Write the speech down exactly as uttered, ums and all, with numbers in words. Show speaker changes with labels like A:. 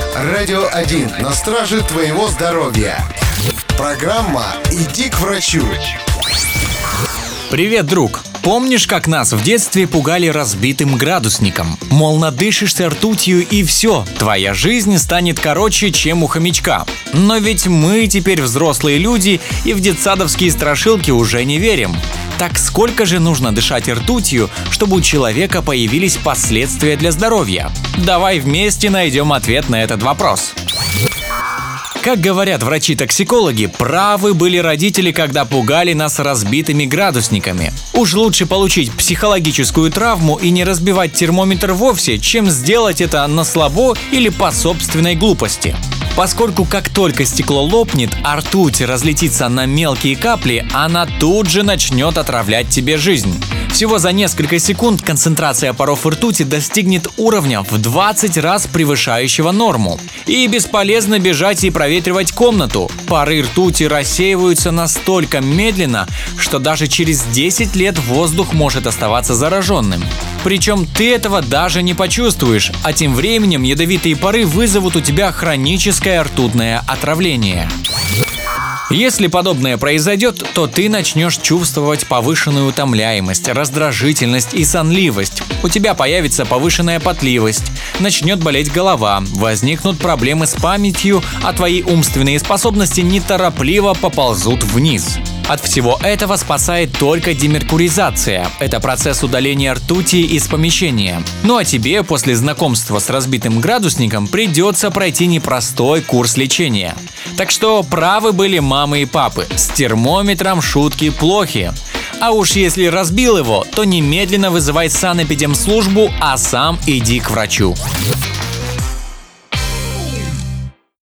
A: Радио один на страже твоего здоровья. Программа «Иди к врачу».
B: Привет, друг! Помнишь, как нас в детстве пугали разбитым градусником? Мол, надышишься ртутью и все, твоя жизнь станет короче, чем у хомячка. Но ведь мы теперь взрослые люди и в детсадовские страшилки уже не верим. Так сколько же нужно дышать ртутью, чтобы у человека появились последствия для здоровья? Давай вместе найдем ответ на этот вопрос. Как говорят врачи-токсикологи, правы были родители, когда пугали нас разбитыми градусниками. Уж лучше получить психологическую травму и не разбивать термометр вовсе, чем сделать это на слабо или по собственной глупости. Поскольку как только стекло лопнет, а ртуть разлетится на мелкие капли, она тут же начнет отравлять тебе жизнь. Всего за несколько секунд концентрация паров ртути достигнет уровня в двадцать раз превышающего норму. И бесполезно бежать и проветривать комнату. Пары ртути рассеиваются настолько медленно, что даже через десять лет воздух может оставаться зараженным. Причем ты этого даже не почувствуешь, а тем временем ядовитые пары вызовут у тебя хроническое ртутное отравление. Если подобное произойдет, то ты начнешь чувствовать повышенную утомляемость, раздражительность и сонливость. У тебя появится повышенная потливость, начнет болеть голова, возникнут проблемы с памятью, а твои умственные способности неторопливо поползут вниз. От всего этого спасает только демеркуризация. Это процесс удаления ртути из помещения. Ну а тебе после знакомства с разбитым градусником придется пройти непростой курс лечения. Так что правы были мамы и папы. С термометром шутки плохи. А уж если разбил его, то немедленно вызывай санэпидемслужбу, а сам иди к врачу.